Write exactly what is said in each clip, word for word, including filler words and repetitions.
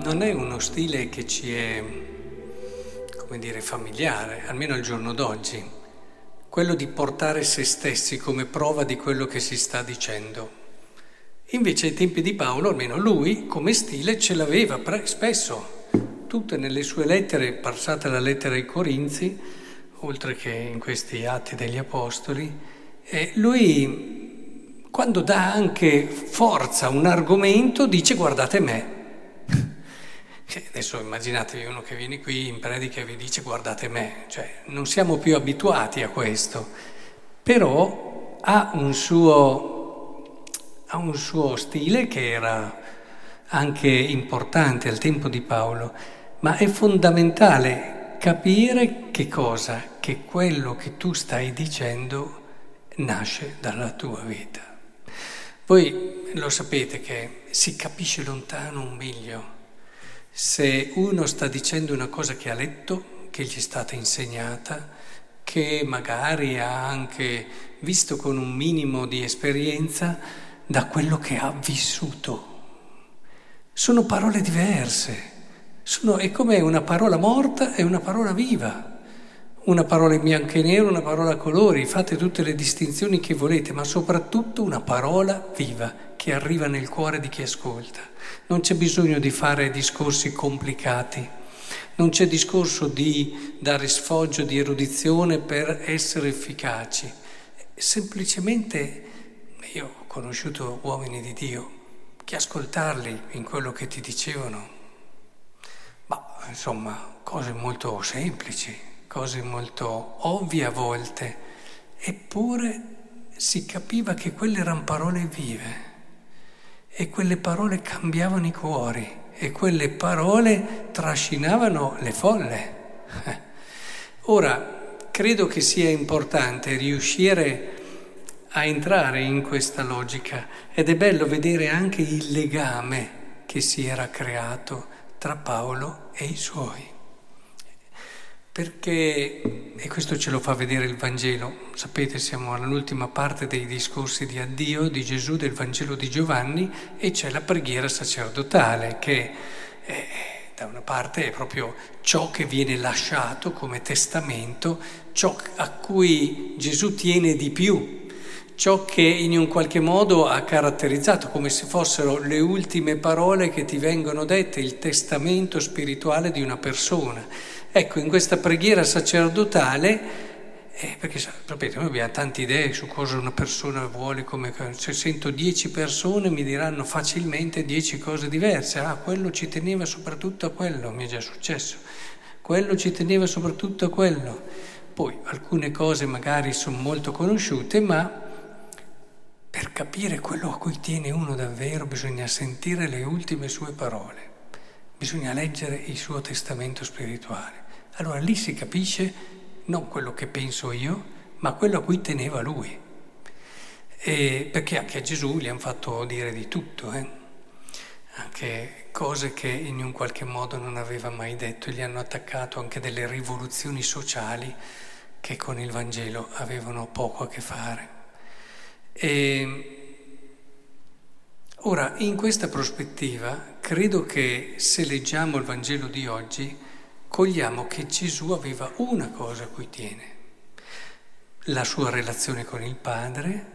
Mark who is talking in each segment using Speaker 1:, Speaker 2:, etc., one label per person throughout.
Speaker 1: non è uno stile che ci è, come dire, familiare, almeno al giorno d'oggi, quello di portare se stessi come prova di quello che si sta dicendo. Invece ai tempi di Paolo, almeno lui, come stile ce l'aveva pre- spesso, tutte nelle sue lettere, passate la lettera ai Corinzi, oltre che in questi atti degli Apostoli, e lui, quando dà anche forza a un argomento, dice guardate me. Adesso immaginatevi uno che viene qui in predica e vi dice guardate me, cioè non siamo più abituati a questo, però ha un suo, ha un suo stile che era anche importante al tempo di Paolo, ma è fondamentale capire che cosa? Che quello che tu stai dicendo nasce dalla tua vita. Voi lo sapete che si capisce lontano un miglio. Se uno sta dicendo una cosa che ha letto, che gli è stata insegnata, che magari ha anche visto con un minimo di esperienza, da quello che ha vissuto. Sono parole diverse, sono, è come una parola morta e una parola viva, una parola in bianco e nero, una parola a colori, fate tutte le distinzioni che volete, ma soprattutto una parola viva che arriva nel cuore di chi ascolta. Non c'è bisogno di fare discorsi complicati, non c'è discorso di dare sfoggio di erudizione per essere efficaci. Semplicemente, io ho conosciuto uomini di Dio, che ascoltarli in quello che ti dicevano, ma insomma, cose molto semplici, cose molto ovvie a volte, eppure si capiva che quelle erano parole vive. E quelle parole cambiavano i cuori e quelle parole trascinavano le folle. Ora, credo che sia importante riuscire a entrare in questa logica ed è bello vedere anche il legame che si era creato tra Paolo e i suoi. Perché, e questo ce lo fa vedere il Vangelo, sapete siamo all'ultima parte dei discorsi di addio di Gesù del Vangelo di Giovanni e c'è la preghiera sacerdotale che eh, da una parte è proprio ciò che viene lasciato come testamento, ciò a cui Gesù tiene di più, ciò che in un qualche modo ha caratterizzato come se fossero le ultime parole che ti vengono dette, il testamento spirituale di una persona. Ecco, in questa preghiera sacerdotale, eh, perché sapete, noi abbiamo tante idee su cosa una persona vuole, come se sento dieci persone mi diranno facilmente dieci cose diverse. Ah, quello ci teneva soprattutto a quello, mi è già successo, quello ci teneva soprattutto a quello. Poi alcune cose magari sono molto conosciute, ma per capire quello a cui tiene uno davvero bisogna sentire le ultime sue parole, bisogna leggere il suo testamento spirituale. Allora lì si capisce non quello che penso io, ma quello a cui teneva lui. E perché anche a Gesù gli hanno fatto dire di tutto, eh? Anche cose che in un qualche modo non aveva mai detto, gli hanno attaccato anche delle rivoluzioni sociali che con il Vangelo avevano poco a che fare. E ora, in questa prospettiva, credo che se leggiamo il Vangelo di oggi, cogliamo che Gesù aveva una cosa a cui tiene, la sua relazione con il Padre,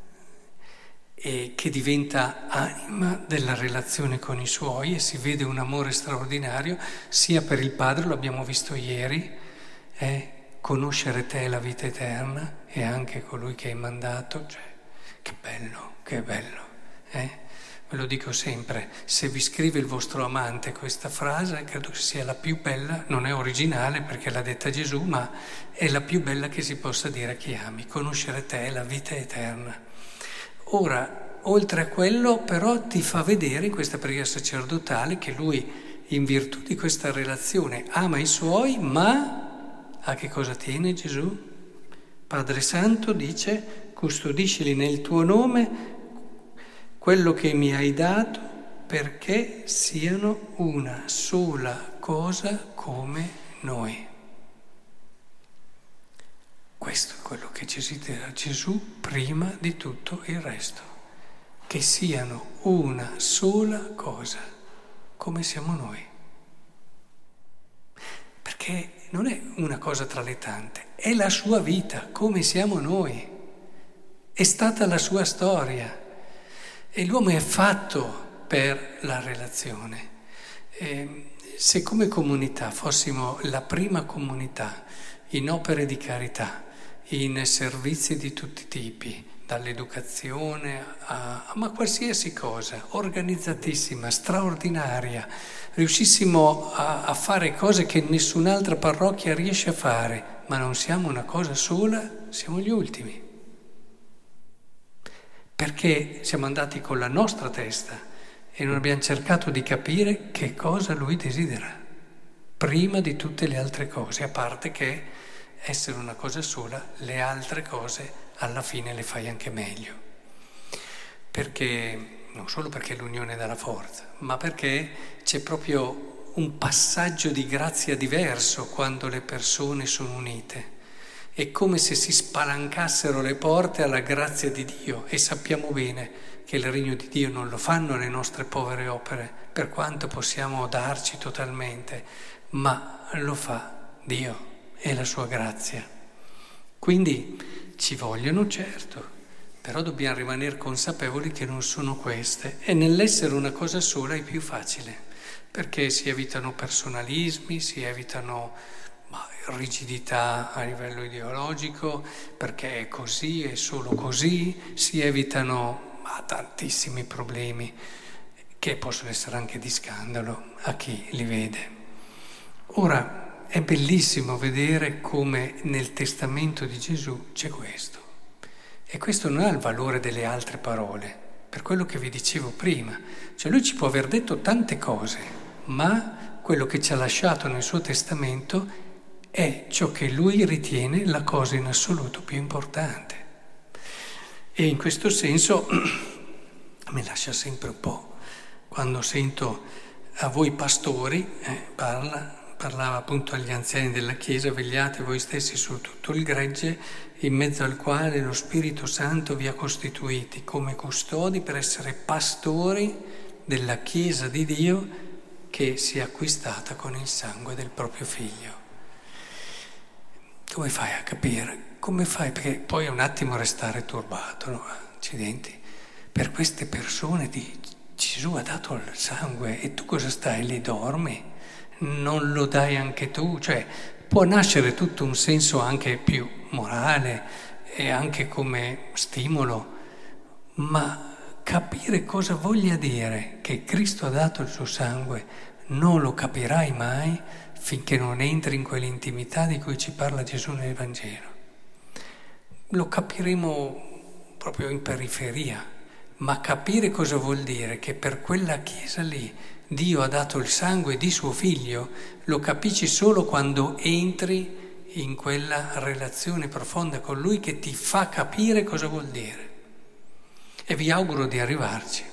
Speaker 1: e che diventa anima della relazione con i suoi e si vede un amore straordinario sia per il Padre, lo abbiamo visto ieri, eh, conoscere te la vita eterna e anche colui che hai mandato, cioè, che bello, che bello, eh? Ve lo dico sempre, se vi scrive il vostro amante questa frase, credo che sia la più bella, non è originale perché l'ha detta Gesù, ma è la più bella che si possa dire a chi ami, conoscere te la vita eterna. Ora, oltre a quello, però ti fa vedere in questa preghiera sacerdotale che lui, in virtù di questa relazione, ama i suoi, ma a che cosa tiene Gesù? Padre Santo dice, custodiscili nel tuo nome quello che mi hai dato perché siano una sola cosa come noi. Questo è quello che desidera Gesù prima di tutto il resto, che siano una sola cosa come siamo noi. Perché non è una cosa tra le tante, è la sua vita, come siamo noi. È stata la sua storia. E l'uomo è fatto per la relazione. E se come comunità fossimo la prima comunità in opere di carità, in servizi di tutti i tipi, dall'educazione a, a ma qualsiasi cosa, organizzatissima, straordinaria, riuscissimo a, a fare cose che nessun'altra parrocchia riesce a fare, ma non siamo una cosa sola, siamo gli ultimi. Perché siamo andati con la nostra testa e non abbiamo cercato di capire che cosa lui desidera, prima di tutte le altre cose, a parte che essere una cosa sola, le altre cose alla fine le fai anche meglio. Perché, non solo perché l'unione dà la forza, ma perché c'è proprio un passaggio di grazia diverso quando le persone sono unite. È come se si spalancassero le porte alla grazia di Dio e sappiamo bene che il regno di Dio non lo fanno le nostre povere opere, per quanto possiamo darci totalmente, ma lo fa Dio e la sua grazia. Quindi ci vogliono, certo, però dobbiamo rimanere consapevoli che non sono queste e nell'essere una cosa sola è più facile, perché si evitano personalismi, si evitano ma rigidità a livello ideologico, perché è così, è solo così, si evitano ma, tantissimi problemi che possono essere anche di scandalo a chi li vede. Ora, è bellissimo vedere come nel testamento di Gesù c'è questo. E questo non ha il valore delle altre parole, per quello che vi dicevo prima. Cioè lui ci può aver detto tante cose, ma quello che ci ha lasciato nel suo testamento è ciò che lui ritiene la cosa in assoluto più importante. E in questo senso mi lascia sempre un po', quando sento a voi pastori, eh, parla, parlava appunto agli anziani della Chiesa, vegliate voi stessi su tutto il gregge in mezzo al quale lo Spirito Santo vi ha costituiti come custodi per essere pastori della Chiesa di Dio che si è acquistata con il sangue del proprio Figlio. Come fai a capire? Come fai? Perché poi è un attimo restare turbato, no? Accidenti. Per queste persone di Gesù ha dato il sangue e tu cosa stai lì, dormi? Non lo dai anche tu? Cioè può nascere tutto un senso anche più morale e anche come stimolo, ma capire cosa voglia dire che Cristo ha dato il suo sangue non lo capirai mai finché non entri in quell'intimità di cui ci parla Gesù nel Vangelo. Lo capiremo proprio in periferia, ma capire cosa vuol dire che per quella Chiesa lì Dio ha dato il sangue di suo Figlio, lo capisci solo quando entri in quella relazione profonda con Lui che ti fa capire cosa vuol dire. E vi auguro di arrivarci,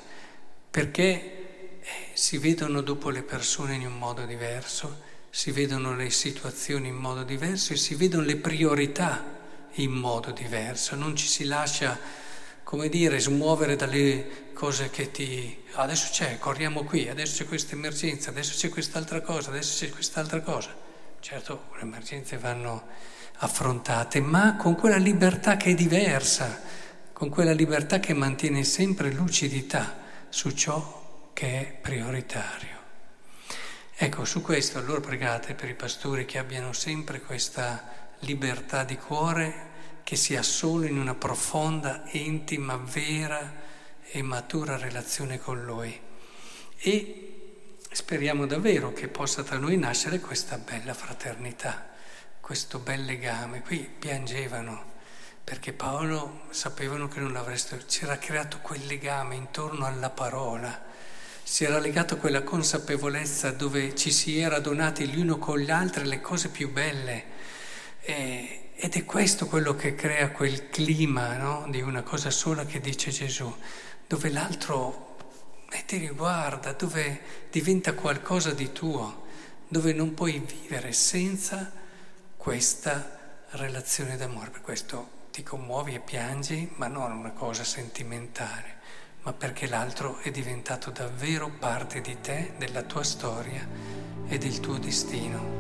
Speaker 1: perché si vedono dopo le persone in un modo diverso, si vedono le situazioni in modo diverso e si vedono le priorità in modo diverso. Non ci si lascia, come dire, smuovere dalle cose che ti... adesso c'è, corriamo qui, adesso c'è questa emergenza, adesso c'è quest'altra cosa, adesso c'è quest'altra cosa. Certo, le emergenze vanno affrontate, ma con quella libertà che è diversa, con quella libertà che mantiene sempre lucidità su ciò che è prioritario. Ecco, su questo allora pregate per i pastori che abbiano sempre questa libertà di cuore, che sia solo in una profonda, intima, vera e matura relazione con Lui. E speriamo davvero che possa tra noi nascere questa bella fraternità, questo bel legame. Qui piangevano, perché Paolo sapevano che non l'avreste... C'era creato quel legame intorno alla parola, si era legato a quella consapevolezza dove ci si era donati gli uno con gli altri le cose più belle. E, ed è questo quello che crea quel clima, no? Di una cosa sola che dice Gesù, dove l'altro eh, ti riguarda, dove diventa qualcosa di tuo, dove non puoi vivere senza questa relazione d'amore. Per questo ti commuovi e piangi, ma non una cosa sentimentale, ma perché l'altro è diventato davvero parte di te, della tua storia e del tuo destino.